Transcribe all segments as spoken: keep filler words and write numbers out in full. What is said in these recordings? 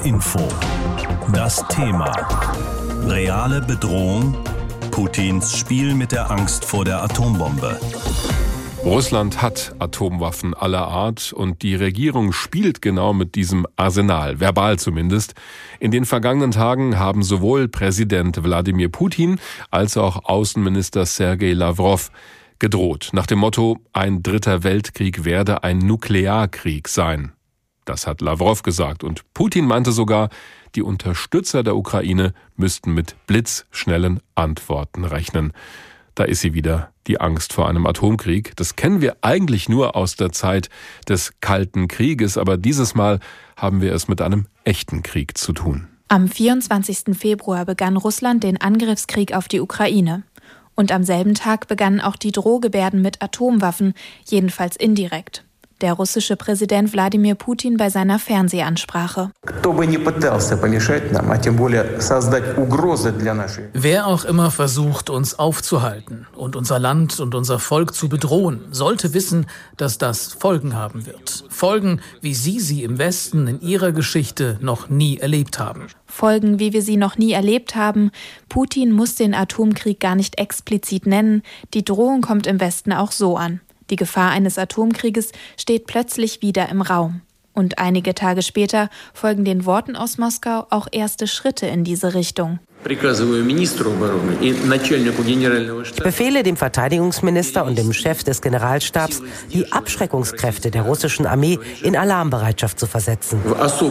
Info. Das Thema. Reale Bedrohung. Putins Spiel mit der Angst vor der Atombombe. Russland hat Atomwaffen aller Art und die Regierung spielt genau mit diesem Arsenal, verbal zumindest. In den vergangenen Tagen haben sowohl Präsident Wladimir Putin als auch Außenminister Sergei Lavrov gedroht, nach dem Motto, ein dritter Weltkrieg werde ein Nuklearkrieg sein. Das hat Lavrov gesagt und Putin meinte sogar, die Unterstützer der Ukraine müssten mit blitzschnellen Antworten rechnen. Da ist sie wieder, die Angst vor einem Atomkrieg. Das kennen wir eigentlich nur aus der Zeit des Kalten Krieges, aber dieses Mal haben wir es mit einem echten Krieg zu tun. Am vierundzwanzigsten Februar begann Russland den Angriffskrieg auf die Ukraine. Und am selben Tag begannen auch die Drohgebärden mit Atomwaffen, jedenfalls indirekt. Der russische Präsident Wladimir Putin bei seiner Fernsehansprache. Wer auch immer versucht, uns aufzuhalten und unser Land und unser Volk zu bedrohen, sollte wissen, dass das Folgen haben wird. Folgen, wie Sie sie im Westen in Ihrer Geschichte noch nie erlebt haben. Folgen, wie wir sie noch nie erlebt haben. Putin muss den Atomkrieg gar nicht explizit nennen. Die Drohung kommt im Westen auch so an. Die Gefahr eines Atomkrieges steht plötzlich wieder im Raum. Und einige Tage später folgen den Worten aus Moskau auch erste Schritte in diese Richtung. Ich befehle dem Verteidigungsminister und dem Chef des Generalstabs, die Abschreckungskräfte der russischen Armee in Alarmbereitschaft zu versetzen.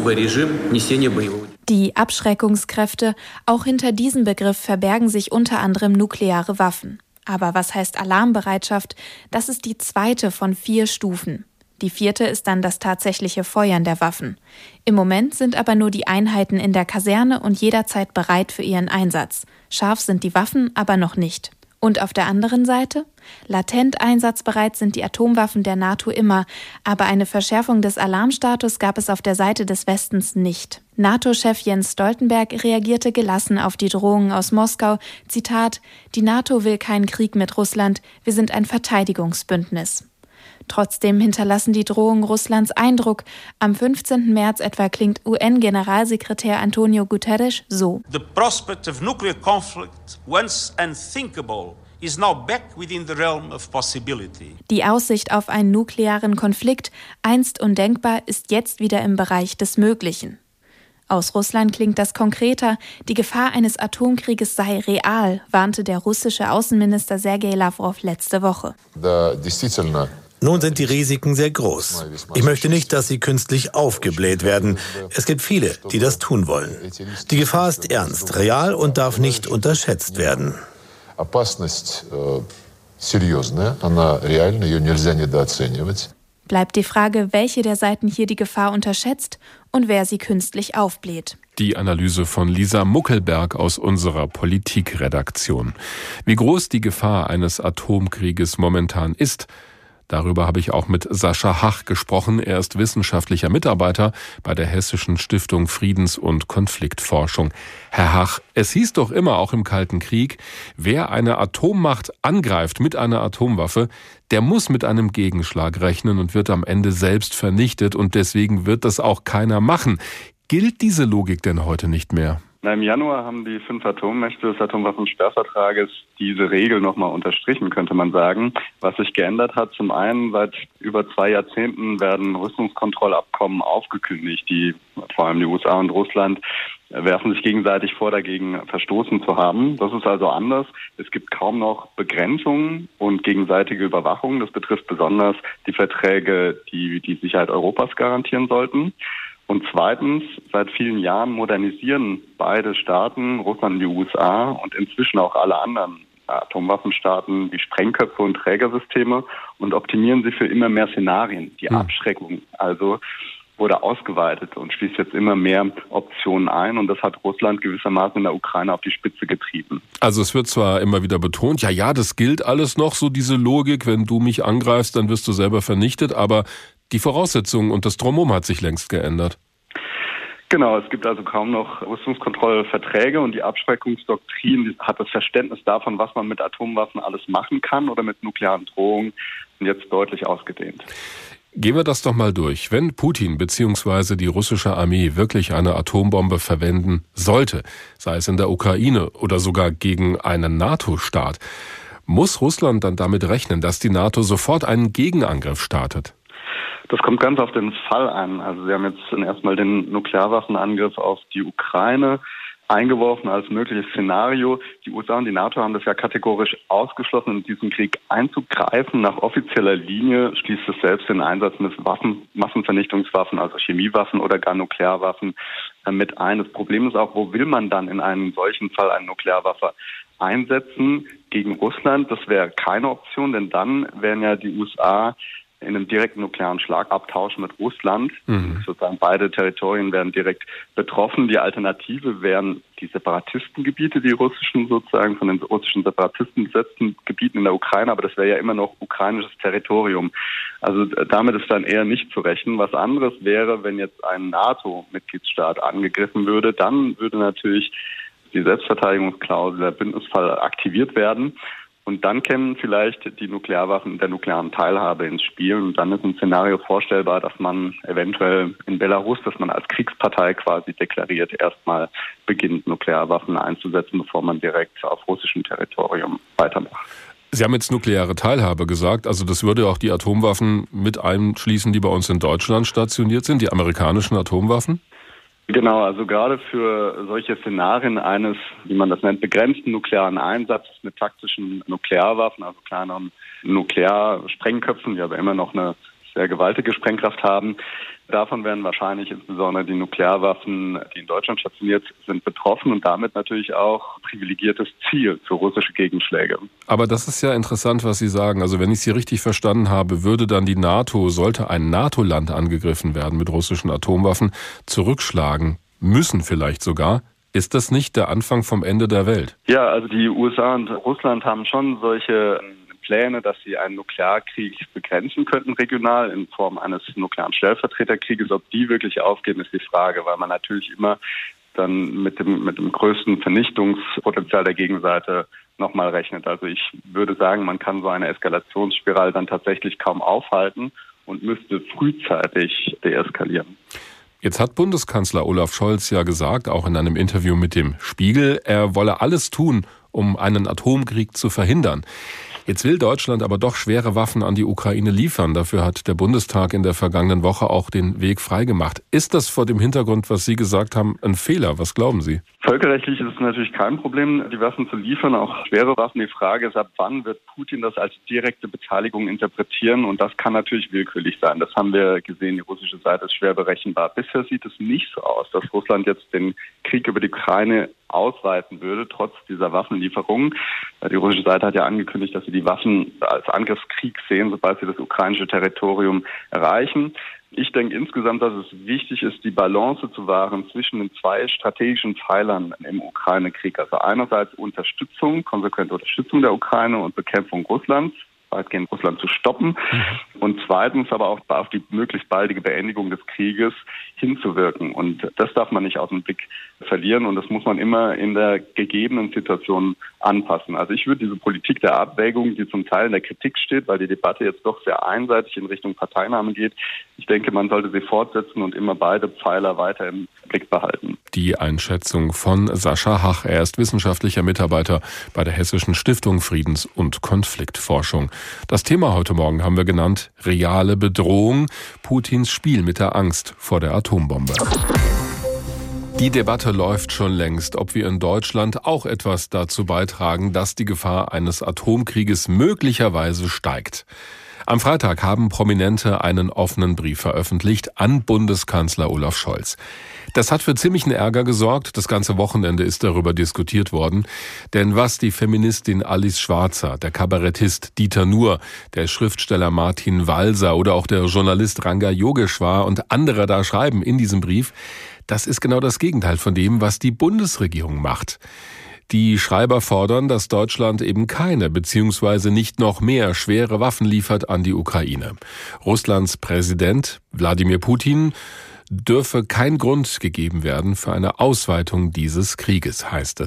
Die Abschreckungskräfte, auch hinter diesem Begriff verbergen sich unter anderem nukleare Waffen. Aber was heißt Alarmbereitschaft? Das ist die zweite von vier Stufen. Die vierte ist dann das tatsächliche Feuern der Waffen. Im Moment sind aber nur die Einheiten in der Kaserne und jederzeit bereit für ihren Einsatz. Scharf sind die Waffen aber noch nicht. Und auf der anderen Seite? Latent einsatzbereit sind die Atomwaffen der NATO immer, aber eine Verschärfung des Alarmstatus gab es auf der Seite des Westens nicht. NATO-Chef Jens Stoltenberg reagierte gelassen auf die Drohungen aus Moskau. Zitat: Die NATO will keinen Krieg mit Russland, wir sind ein Verteidigungsbündnis. Trotzdem hinterlassen die Drohungen Russlands Eindruck. Am fünfzehnten März etwa klingt U N-Generalsekretär Antonio Guterres so. The prospect of nuclear conflict, once unthinkable, is now back within the realm of possibility. Die Aussicht auf einen nuklearen Konflikt, einst undenkbar, ist jetzt wieder im Bereich des Möglichen. Aus Russland klingt das konkreter. Die Gefahr eines Atomkrieges sei real, warnte der russische Außenminister Sergei Lavrov letzte Woche. Nun sind die Risiken sehr groß. Ich möchte nicht, dass sie künstlich aufgebläht werden. Es gibt viele, die das tun wollen. Die Gefahr ist ernst, real und darf nicht unterschätzt werden. Bleibt die Frage, welche der Seiten hier die Gefahr unterschätzt und wer sie künstlich aufbläht. Die Analyse von Lisa Muckelberg aus unserer Politikredaktion. Wie groß die Gefahr eines Atomkrieges momentan ist, darüber habe ich auch mit Sascha Hach gesprochen. Er ist wissenschaftlicher Mitarbeiter bei der Hessischen Stiftung Friedens- und Konfliktforschung. Herr Hach, es hieß doch immer, auch im Kalten Krieg, wer eine Atommacht angreift mit einer Atomwaffe, der muss mit einem Gegenschlag rechnen und wird am Ende selbst vernichtet. Und deswegen wird das auch keiner machen. Gilt diese Logik denn heute nicht mehr? Na, im Januar haben die fünf Atommächte des Atomwaffensperrvertrages diese Regel nochmal unterstrichen, könnte man sagen. Was sich geändert hat, zum einen, seit über zwei Jahrzehnten werden Rüstungskontrollabkommen aufgekündigt. Die, vor allem die U S A und Russland, werfen sich gegenseitig vor, dagegen verstoßen zu haben. Das ist also anders. Es gibt kaum noch Begrenzungen und gegenseitige Überwachung. Das betrifft besonders die Verträge, die die Sicherheit Europas garantieren sollten. Und zweitens, seit vielen Jahren modernisieren beide Staaten, Russland und die U S A und inzwischen auch alle anderen Atomwaffenstaaten, die Sprengköpfe und Trägersysteme und optimieren sie für immer mehr Szenarien. Die Abschreckung also wurde ausgeweitet und schließt jetzt immer mehr Optionen ein. Und das hat Russland gewissermaßen in der Ukraine auf die Spitze getrieben. Also es wird zwar immer wieder betont, ja, ja, das gilt alles noch, so diese Logik, wenn du mich angreifst, dann wirst du selber vernichtet, aber die Voraussetzungen und das Drumherum hat sich längst geändert. Genau, es gibt also kaum noch Rüstungskontrollverträge und die Abschreckungsdoktrin die hat das Verständnis davon, was man mit Atomwaffen alles machen kann oder mit nuklearen Drohungen, jetzt deutlich ausgedehnt. Gehen wir das doch mal durch. Wenn Putin bzw. die russische Armee wirklich eine Atombombe verwenden sollte, sei es in der Ukraine oder sogar gegen einen NATO-Staat, muss Russland dann damit rechnen, dass die NATO sofort einen Gegenangriff startet? Das kommt ganz auf den Fall an. Also Sie haben jetzt erstmal den Nuklearwaffenangriff auf die Ukraine eingeworfen als mögliches Szenario. Die U S A und die NATO haben das ja kategorisch ausgeschlossen, in diesen Krieg einzugreifen. Nach offizieller Linie schließt es selbst den Einsatz mit Waffen, Massenvernichtungswaffen, also Chemiewaffen oder gar Nuklearwaffen äh, mit ein. Das Problem ist auch, wo will man dann in einem solchen Fall eine Nuklearwaffe einsetzen gegen Russland? Das wäre keine Option, denn dann wären ja die U S A in einem direkten nuklearen Schlagabtausch mit Russland. Mhm. Sozusagen beide Territorien wären direkt betroffen. Die Alternative wären die Separatistengebiete, die russischen sozusagen von den russischen Separatisten besetzten Gebieten in der Ukraine, aber das wäre ja immer noch ukrainisches Territorium. Also damit ist dann eher nicht zu rechnen. Was anderes wäre, wenn jetzt ein NATO-Mitgliedsstaat angegriffen würde, dann würde natürlich die Selbstverteidigungsklausel, der Bündnisfall aktiviert werden. Und dann kämen vielleicht die Nuklearwaffen der nuklearen Teilhabe ins Spiel. Und dann ist ein Szenario vorstellbar, dass man eventuell in Belarus, dass man als Kriegspartei quasi deklariert, erstmal beginnt, Nuklearwaffen einzusetzen, bevor man direkt auf russischem Territorium weitermacht. Sie haben jetzt nukleare Teilhabe gesagt. Also das würde auch die Atomwaffen mit einschließen, die bei uns in Deutschland stationiert sind, die amerikanischen Atomwaffen? Genau, also gerade für solche Szenarien eines, wie man das nennt, begrenzten nuklearen Einsatzes mit taktischen Nuklearwaffen, also kleineren Nuklearsprengköpfen, die aber immer noch eine sehr gewaltige Sprengkraft haben. Davon werden wahrscheinlich insbesondere die Nuklearwaffen, die in Deutschland stationiert sind, betroffen und damit natürlich auch privilegiertes Ziel für russische Gegenschläge. Aber das ist ja interessant, was Sie sagen. Also wenn ich Sie richtig verstanden habe, würde dann die NATO, sollte ein NATO-Land angegriffen werden mit russischen Atomwaffen, zurückschlagen müssen vielleicht sogar. Ist das nicht der Anfang vom Ende der Welt? Ja, also die U S A und Russland haben schon solche Pläne, dass sie einen Nuklearkrieg begrenzen könnten regional in Form eines nuklearen Stellvertreterkrieges. Ob die wirklich aufgehen, ist die Frage, weil man natürlich immer dann mit dem, mit dem größten Vernichtungspotenzial der Gegenseite nochmal rechnet. Also ich würde sagen, man kann so eine Eskalationsspirale dann tatsächlich kaum aufhalten und müsste frühzeitig deeskalieren. Jetzt hat Bundeskanzler Olaf Scholz ja gesagt, auch in einem Interview mit dem Spiegel, er wolle alles tun, um einen Atomkrieg zu verhindern. Jetzt will Deutschland aber doch schwere Waffen an die Ukraine liefern. Dafür hat der Bundestag in der vergangenen Woche auch den Weg freigemacht. Ist das vor dem Hintergrund, was Sie gesagt haben, ein Fehler? Was glauben Sie? Völkerrechtlich ist es natürlich kein Problem, die Waffen zu liefern, auch schwere Waffen. Die Frage ist, ab wann wird Putin das als direkte Beteiligung interpretieren? Und das kann natürlich willkürlich sein. Das haben wir gesehen. Die russische Seite ist schwer berechenbar. Bisher sieht es nicht so aus, dass Russland jetzt den Krieg über die Ukraine ausweiten würde, trotz dieser Waffenlieferungen. Die russische Seite hat ja angekündigt, dass sie die Waffen als Angriffskrieg sehen, sobald sie das ukrainische Territorium erreichen. Ich denke insgesamt, dass es wichtig ist, die Balance zu wahren zwischen den zwei strategischen Pfeilern im Ukraine-Krieg. Also einerseits Unterstützung, konsequente Unterstützung der Ukraine und Bekämpfung Russlands, weitgehend Russland zu stoppen. Mhm. Und zweitens aber auch auf die möglichst baldige Beendigung des Krieges hinzuwirken. Und das darf man nicht aus dem Blick verlieren. Und das muss man immer in der gegebenen Situation anpassen. Also ich würde diese Politik der Abwägung, die zum Teil in der Kritik steht, weil die Debatte jetzt doch sehr einseitig in Richtung Parteinahme geht, ich denke, man sollte sie fortsetzen und immer beide Pfeiler weiter im Blick behalten. Die Einschätzung von Sascha Hach. Er ist wissenschaftlicher Mitarbeiter bei der Hessischen Stiftung Friedens- und Konfliktforschung. Das Thema heute Morgen haben wir genannt: reale Bedrohung, Putins Spiel mit der Angst vor der Atombombe. Die Debatte läuft schon längst, ob wir in Deutschland auch etwas dazu beitragen, dass die Gefahr eines Atomkrieges möglicherweise steigt. Am Freitag haben Prominente einen offenen Brief veröffentlicht an Bundeskanzler Olaf Scholz. Das hat für ziemlichen Ärger gesorgt. Das ganze Wochenende ist darüber diskutiert worden. Denn was die Feministin Alice Schwarzer, der Kabarettist Dieter Nuhr, der Schriftsteller Martin Walser oder auch der Journalist Ranga Yogeshwar und andere da schreiben in diesem Brief, das ist genau das Gegenteil von dem, was die Bundesregierung macht. Die Schreiber fordern, dass Deutschland eben keine bzw. nicht noch mehr schwere Waffen liefert an die Ukraine. Russlands Präsident Wladimir Putin dürfe kein Grund gegeben werden für eine Ausweitung dieses Krieges, heißt es da.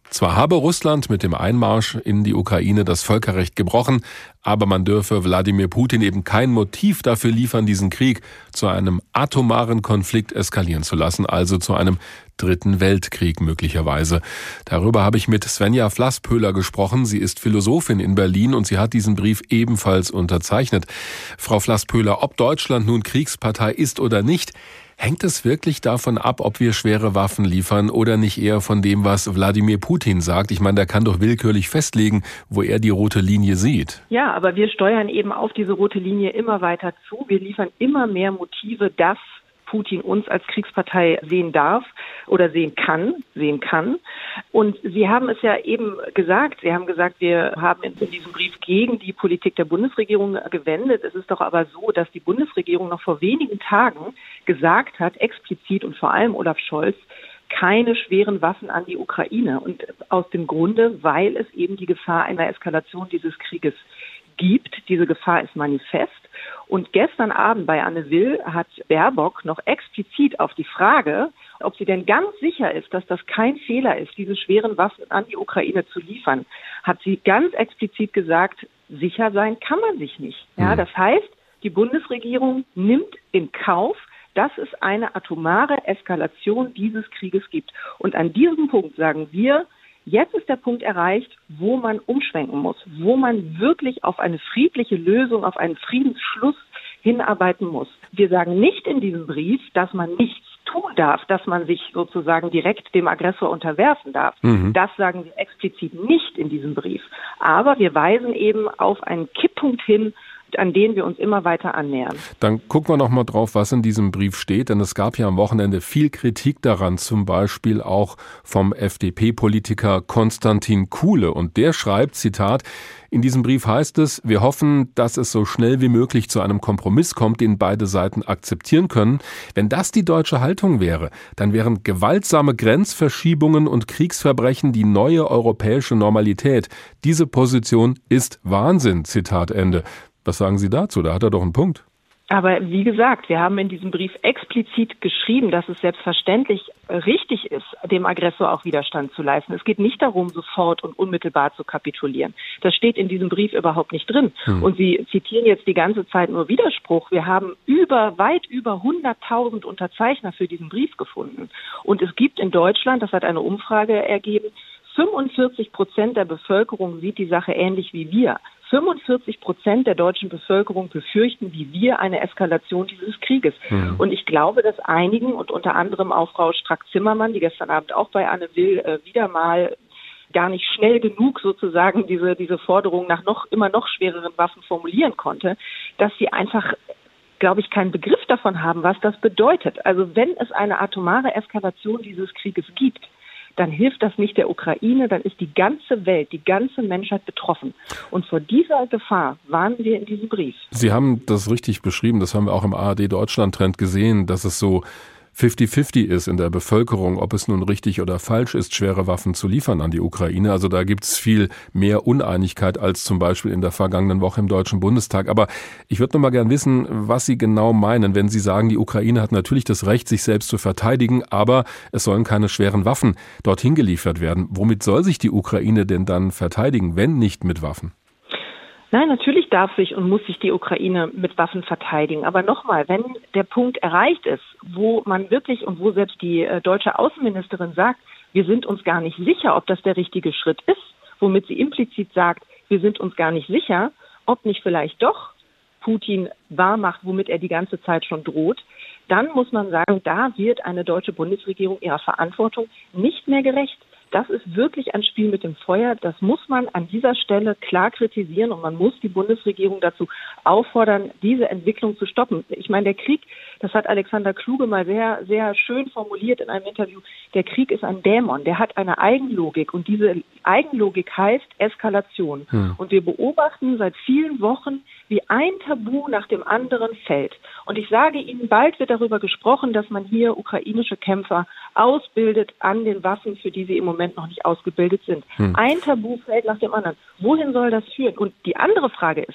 Zwar habe Russland mit dem Einmarsch in die Ukraine das Völkerrecht gebrochen, aber man dürfe Wladimir Putin eben kein Motiv dafür liefern, diesen Krieg zu einem atomaren Konflikt eskalieren zu lassen, also zu einem dritten Weltkrieg möglicherweise. Darüber habe ich mit Svenja Flasspöhler gesprochen. Sie ist Philosophin in Berlin und sie hat diesen Brief ebenfalls unterzeichnet. Frau Flasspöhler, ob Deutschland nun Kriegspartei ist oder nicht, hängt es wirklich davon ab, ob wir schwere Waffen liefern oder nicht eher von dem, was Wladimir Putin sagt? Ich meine, der kann doch willkürlich festlegen, wo er die rote Linie sieht. Ja, aber wir steuern eben auf diese rote Linie immer weiter zu. Wir liefern immer mehr Motive, dass Putin uns als Kriegspartei sehen darf oder sehen kann, sehen kann. Und Sie haben es ja eben gesagt, Sie haben gesagt, wir haben in diesem Brief gegen die Politik der Bundesregierung gewendet. Es ist doch aber so, dass die Bundesregierung noch vor wenigen Tagen gesagt hat, explizit und vor allem Olaf Scholz, keine schweren Waffen an die Ukraine. Und aus dem Grunde, weil es eben die Gefahr einer Eskalation dieses Krieges gibt. Diese Gefahr ist manifest. Und gestern Abend bei Anne Will hat Baerbock noch explizit auf die Frage, ob sie denn ganz sicher ist, dass das kein Fehler ist, diese schweren Waffen an die Ukraine zu liefern, hat sie ganz explizit gesagt, sicher sein kann man sich nicht. Ja, das heißt, die Bundesregierung nimmt in Kauf, dass es eine atomare Eskalation dieses Krieges gibt. Und an diesem Punkt sagen wir, jetzt ist der Punkt erreicht, wo man umschwenken muss, wo man wirklich auf eine friedliche Lösung, auf einen Friedensschluss hinarbeiten muss. Wir sagen nicht in diesem Brief, dass man nichts tun darf, dass man sich sozusagen direkt dem Aggressor unterwerfen darf. Mhm. Das sagen wir explizit nicht in diesem Brief. Aber wir weisen eben auf einen Kipppunkt hin, an den wir uns immer weiter annähern. Dann gucken wir noch mal drauf, was in diesem Brief steht, denn es gab ja am Wochenende viel Kritik daran, zum Beispiel auch vom F D P-Politiker Konstantin Kuhle. Und der schreibt, Zitat, in diesem Brief heißt es, wir hoffen, dass es so schnell wie möglich zu einem Kompromiss kommt, den beide Seiten akzeptieren können. Wenn das die deutsche Haltung wäre, dann wären gewaltsame Grenzverschiebungen und Kriegsverbrechen die neue europäische Normalität. Diese Position ist Wahnsinn, Zitat Ende. Was sagen Sie dazu? Da hat er doch einen Punkt. Aber wie gesagt, wir haben in diesem Brief explizit geschrieben, dass es selbstverständlich richtig ist, dem Aggressor auch Widerstand zu leisten. Es geht nicht darum, sofort und unmittelbar zu kapitulieren. Das steht in diesem Brief überhaupt nicht drin. Hm. Und Sie zitieren jetzt die ganze Zeit nur Widerspruch. Wir haben über, weit über hunderttausend Unterzeichner für diesen Brief gefunden. Und es gibt in Deutschland, das hat eine Umfrage ergeben, fünfundvierzig Prozent der Bevölkerung sieht die Sache ähnlich wie wir. fünfundvierzig Prozent der deutschen Bevölkerung befürchten wie wir eine Eskalation dieses Krieges. Mhm. Und ich glaube, dass einigen und unter anderem auch Frau Strack-Zimmermann, die gestern Abend auch bei Anne Will äh, wieder mal gar nicht schnell genug sozusagen diese, diese Forderung nach noch immer noch schwereren Waffen formulieren konnte, dass sie einfach, glaube ich, keinen Begriff davon haben, was das bedeutet. Also wenn es eine atomare Eskalation dieses Krieges gibt, dann hilft das nicht der Ukraine, dann ist die ganze Welt, die ganze Menschheit betroffen. Und vor dieser Gefahr warnen wir in diesem Brief. Sie haben das richtig beschrieben, das haben wir auch im A R D-Deutschland-Trend gesehen, dass es so fifty fifty ist in der Bevölkerung, ob es nun richtig oder falsch ist, schwere Waffen zu liefern an die Ukraine. Also da gibt es viel mehr Uneinigkeit als zum Beispiel in der vergangenen Woche im Deutschen Bundestag. Aber ich würde noch mal gern wissen, was Sie genau meinen, wenn Sie sagen, die Ukraine hat natürlich das Recht, sich selbst zu verteidigen, aber es sollen keine schweren Waffen dorthin geliefert werden. Womit soll sich die Ukraine denn dann verteidigen, wenn nicht mit Waffen? Nein, natürlich darf sich und muss sich die Ukraine mit Waffen verteidigen. Aber nochmal, wenn der Punkt erreicht ist, wo man wirklich und wo selbst die äh, deutsche Außenministerin sagt, wir sind uns gar nicht sicher, ob das der richtige Schritt ist, womit sie implizit sagt, wir sind uns gar nicht sicher, ob nicht vielleicht doch Putin wahrmacht, womit er die ganze Zeit schon droht, dann muss man sagen, da wird eine deutsche Bundesregierung ihrer Verantwortung nicht mehr gerecht. Das ist wirklich ein Spiel mit dem Feuer. Das muss man an dieser Stelle klar kritisieren und man muss die Bundesregierung dazu auffordern, diese Entwicklung zu stoppen. Ich meine, der Krieg, das hat Alexander Kluge mal sehr, sehr schön formuliert in einem Interview, der Krieg ist ein Dämon, der hat eine Eigenlogik und diese Eigenlogik heißt Eskalation. Hm. Und wir beobachten seit vielen Wochen, wie ein Tabu nach dem anderen fällt. Und ich sage Ihnen, bald wird darüber gesprochen, dass man hier ukrainische Kämpfer ausbildet an den Waffen, für die sie im Moment noch nicht ausgebildet sind. Hm. Ein Tabu fällt nach dem anderen. Wohin soll das führen? Und die andere Frage ist,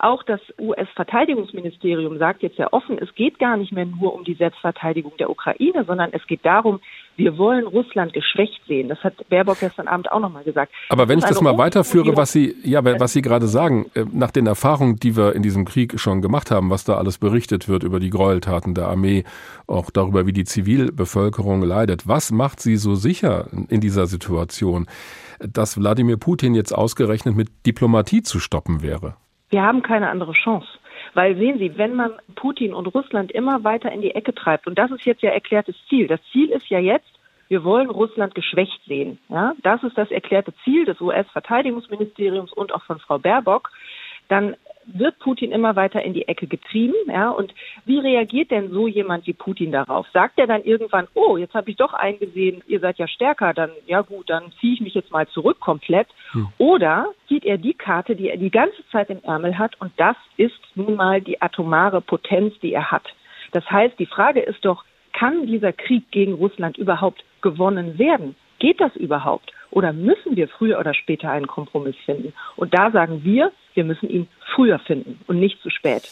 Auch das U S-Verteidigungsministerium sagt jetzt sehr offen, es geht gar nicht mehr nur um die Selbstverteidigung der Ukraine, sondern es geht darum, wir wollen Russland geschwächt sehen. Das hat Baerbock gestern Abend auch nochmal gesagt. Aber wenn ich das mal weiterführe, was Sie, ja, was Sie gerade sagen, nach den Erfahrungen, die wir in diesem Krieg schon gemacht haben, was da alles berichtet wird über die Gräueltaten der Armee, auch darüber, wie die Zivilbevölkerung leidet. Was macht Sie so sicher in dieser Situation, dass Wladimir Putin jetzt ausgerechnet mit Diplomatie zu stoppen wäre? Wir haben keine andere Chance. Weil sehen Sie, wenn man Putin und Russland immer weiter in die Ecke treibt, und das ist jetzt ja erklärtes Ziel, das Ziel ist ja jetzt, wir wollen Russland geschwächt sehen. Ja? Das ist das erklärte Ziel des U S-Verteidigungsministeriums und auch von Frau Baerbock. Dann wird Putin immer weiter in die Ecke getrieben. Ja? Und wie reagiert denn so jemand wie Putin darauf? Sagt er dann irgendwann, oh, jetzt habe ich doch eingesehen, ihr seid ja stärker, dann ja gut, dann ziehe ich mich jetzt mal zurück komplett. Hm. Oder zieht er die Karte, die er die ganze Zeit im Ärmel hat, und das ist nun mal die atomare Potenz, die er hat. Das heißt, die Frage ist doch, kann dieser Krieg gegen Russland überhaupt gewonnen werden? Geht das überhaupt? Oder müssen wir früher oder später einen Kompromiss finden? Und da sagen wir, wir müssen ihn früher finden und nicht zu spät.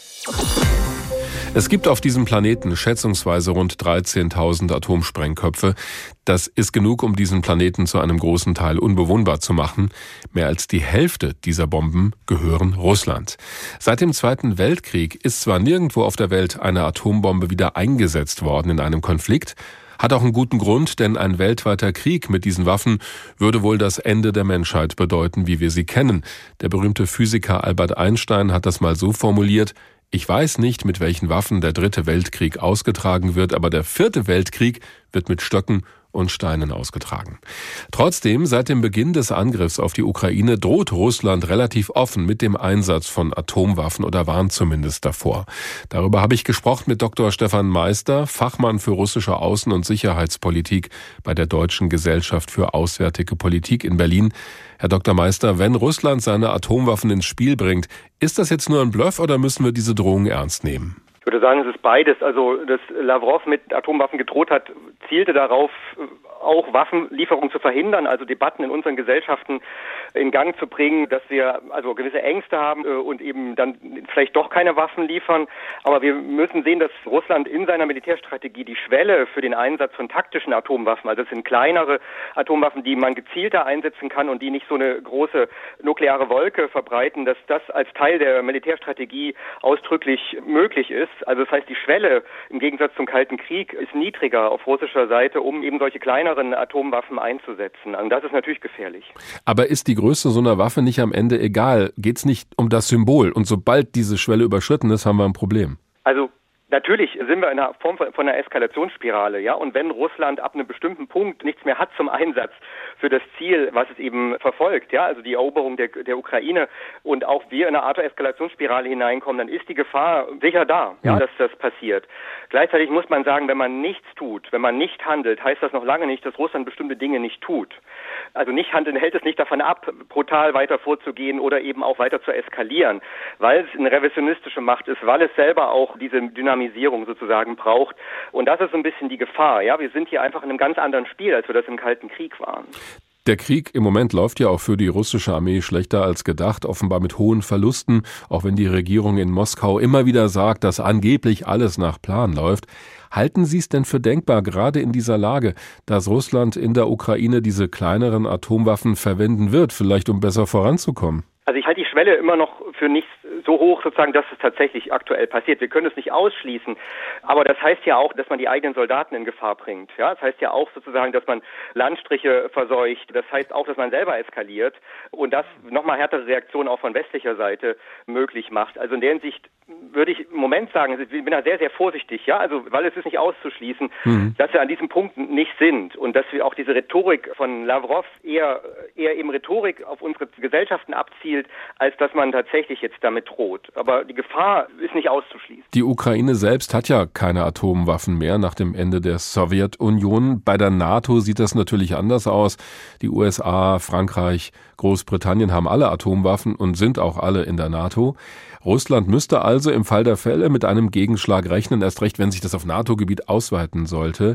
Es gibt auf diesem Planeten schätzungsweise rund dreizehntausend Atomsprengköpfe. Das ist genug, um diesen Planeten zu einem großen Teil unbewohnbar zu machen. Mehr als die Hälfte dieser Bomben gehören Russland. Seit dem Zweiten Weltkrieg ist zwar nirgendwo auf der Welt eine Atombombe wieder eingesetzt worden in einem Konflikt, hat auch einen guten Grund, denn ein weltweiter Krieg mit diesen Waffen würde wohl das Ende der Menschheit bedeuten, wie wir sie kennen. Der berühmte Physiker Albert Einstein hat das mal so formuliert: Ich weiß nicht, mit welchen Waffen der dritte Weltkrieg ausgetragen wird, aber der vierte Weltkrieg wird mit Stöcken und Steinen ausgetragen. Trotzdem, seit dem Beginn des Angriffs auf die Ukraine droht Russland relativ offen mit dem Einsatz von Atomwaffen oder warnt zumindest davor. Darüber habe ich gesprochen mit Doktor Stefan Meister, Fachmann für russische Außen- und Sicherheitspolitik bei der Deutschen Gesellschaft für Auswärtige Politik in Berlin. Herr Doktor Meister, wenn Russland seine Atomwaffen ins Spiel bringt, ist das jetzt nur ein Bluff oder müssen wir diese Drohung ernst nehmen? Ich würde sagen, es ist beides. Also, dass Lavrov mit Atomwaffen gedroht hat, zielte darauf, auch Waffenlieferungen zu verhindern, also Debatten in unseren Gesellschaften in Gang zu bringen, dass wir also gewisse Ängste haben und eben dann vielleicht doch keine Waffen liefern. Aber wir müssen sehen, dass Russland in seiner Militärstrategie die Schwelle für den Einsatz von taktischen Atomwaffen, also es sind kleinere Atomwaffen, die man gezielter einsetzen kann und die nicht so eine große nukleare Wolke verbreiten, dass das als Teil der Militärstrategie ausdrücklich möglich ist. Also das heißt, die Schwelle im Gegensatz zum Kalten Krieg ist niedriger auf russischer Seite, um eben solche kleineren Atomwaffen einzusetzen. Und das ist natürlich gefährlich. Aber ist die Größe so einer Waffe nicht am Ende egal? Geht es nicht um das Symbol? Und sobald diese Schwelle überschritten ist, haben wir ein Problem. Also natürlich sind wir in einer Form von einer Eskalationsspirale, ja. Und wenn Russland ab einem bestimmten Punkt nichts mehr hat zum Einsatz für das Ziel, was es eben verfolgt, ja, also die Eroberung der, der Ukraine, und auch wir in eine Art Eskalationsspirale hineinkommen, dann ist die Gefahr sicher da, ja, dass das passiert. Gleichzeitig muss man sagen, wenn man nichts tut, wenn man nicht handelt, heißt das noch lange nicht, dass Russland bestimmte Dinge nicht tut. Also nicht handeln hält es nicht davon ab, brutal weiter vorzugehen oder eben auch weiter zu eskalieren, weil es eine revisionistische Macht ist, weil es selber auch diese Dynamisierung sozusagen braucht. Und das ist so ein bisschen die Gefahr. Ja, wir sind hier einfach in einem ganz anderen Spiel, als wir das im Kalten Krieg waren. Der Krieg im Moment läuft ja auch für die russische Armee schlechter als gedacht, offenbar mit hohen Verlusten, auch wenn die Regierung in Moskau immer wieder sagt, dass angeblich alles nach Plan läuft. Halten Sie es denn für denkbar, gerade in dieser Lage, dass Russland in der Ukraine diese kleineren Atomwaffen verwenden wird, vielleicht um besser voranzukommen? Also ich halte die Schwelle immer noch für nicht so hoch, sozusagen, dass es tatsächlich aktuell passiert. Wir können es nicht ausschließen. Aber das heißt ja auch, dass man die eigenen Soldaten in Gefahr bringt. Ja, das heißt ja auch sozusagen, dass man Landstriche verseucht. Das heißt auch, dass man selber eskaliert und das nochmal härtere Reaktionen auch von westlicher Seite möglich macht. Also in der Hinsicht würde ich im Moment sagen, ich bin da sehr, sehr vorsichtig, ja, also weil es ist nicht auszuschließen, mhm. dass wir an diesem Punkt nicht sind und dass wir auch diese Rhetorik von Lavrov eher, eher eben Rhetorik auf unsere Gesellschaften abzielt, als dass man tatsächlich jetzt damit droht. Aber die Gefahr ist nicht auszuschließen. Die Ukraine selbst hat ja keine Atomwaffen mehr nach dem Ende der Sowjetunion. Bei der NATO sieht das natürlich anders aus. Die U S A, Frankreich, Großbritannien haben alle Atomwaffen und sind auch alle in der NATO. Russland müsste also im Fall der Fälle mit einem Gegenschlag rechnen, erst recht, wenn sich das auf NATO-Gebiet ausweiten sollte.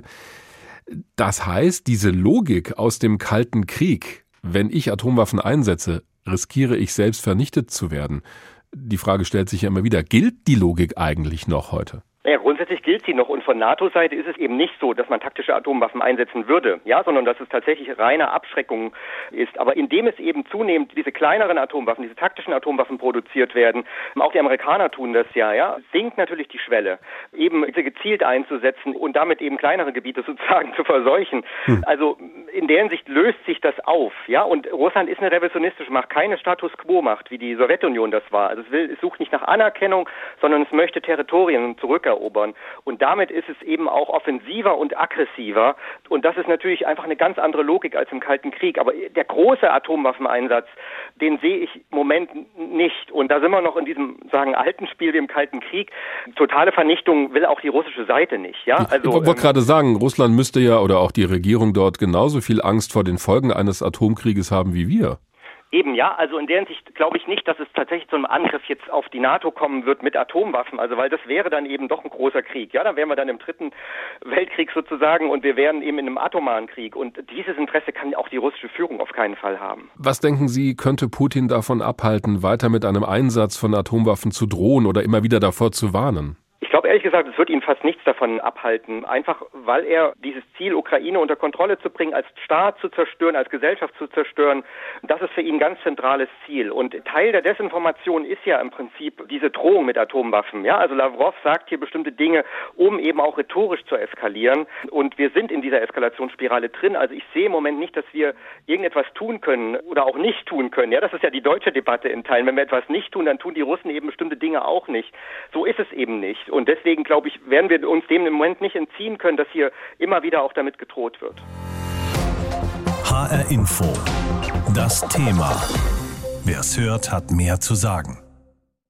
Das heißt, diese Logik aus dem Kalten Krieg, wenn ich Atomwaffen einsetze, riskiere ich selbst vernichtet zu werden. Die Frage stellt sich ja immer wieder, gilt die Logik eigentlich noch heute? Naja, grundsätzlich gilt sie noch und von NATO-Seite ist es eben nicht so, dass man taktische Atomwaffen einsetzen würde, ja, sondern dass es tatsächlich reine Abschreckung ist. Aber indem es eben zunehmend diese kleineren Atomwaffen, diese taktischen Atomwaffen produziert werden, auch die Amerikaner tun das ja, ja, sinkt natürlich die Schwelle, eben diese gezielt einzusetzen und damit eben kleinere Gebiete sozusagen zu verseuchen. Hm. Also in der Hinsicht löst sich das auf, ja, und Russland ist eine revisionistische Macht, keine Status-Quo-Macht, wie die Sowjetunion das war. Also es will, es sucht nicht nach Anerkennung, sondern es möchte Territorien zurückerobern. Und damit ist es eben auch offensiver und aggressiver. Und das ist natürlich einfach eine ganz andere Logik als im Kalten Krieg. Aber der große Atomwaffeneinsatz, den sehe ich im Moment nicht. Und da sind wir noch in diesem, sagen, alten Spiel wie im Kalten Krieg. Totale Vernichtung will auch die russische Seite nicht. Ja? Also, ich wollte ähm, gerade sagen, Russland müsste ja oder auch die Regierung dort genauso viel Angst vor den Folgen eines Atomkrieges haben wie wir. Eben, ja, also in der Hinsicht glaube ich nicht, dass es tatsächlich zu einem Angriff jetzt auf die NATO kommen wird mit Atomwaffen, also weil das wäre dann eben doch ein großer Krieg, ja, dann wären wir dann im dritten Weltkrieg sozusagen und wir wären eben in einem atomaren Krieg und dieses Interesse kann auch die russische Führung auf keinen Fall haben. Was denken Sie, könnte Putin davon abhalten, weiter mit einem Einsatz von Atomwaffen zu drohen oder immer wieder davor zu warnen? Ich glaube ehrlich gesagt, es wird ihn fast nichts davon abhalten, einfach weil er dieses Ziel, Ukraine unter Kontrolle zu bringen, als Staat zu zerstören, als Gesellschaft zu zerstören, das ist für ihn ein ganz zentrales Ziel. Und Teil der Desinformation ist ja im Prinzip diese Drohung mit Atomwaffen. Ja, also Lavrov sagt hier bestimmte Dinge, um eben auch rhetorisch zu eskalieren. Und wir sind in dieser Eskalationsspirale drin. Also ich sehe im Moment nicht, dass wir irgendetwas tun können oder auch nicht tun können. Ja, das ist ja die deutsche Debatte in Teilen. Wenn wir etwas nicht tun, dann tun die Russen eben bestimmte Dinge auch nicht. So ist es eben nicht. Und deswegen, glaube ich, werden wir uns dem im Moment nicht entziehen können, dass hier immer wieder auch damit gedroht wird. H R Info. Das Thema. Wer es hört, hat mehr zu sagen.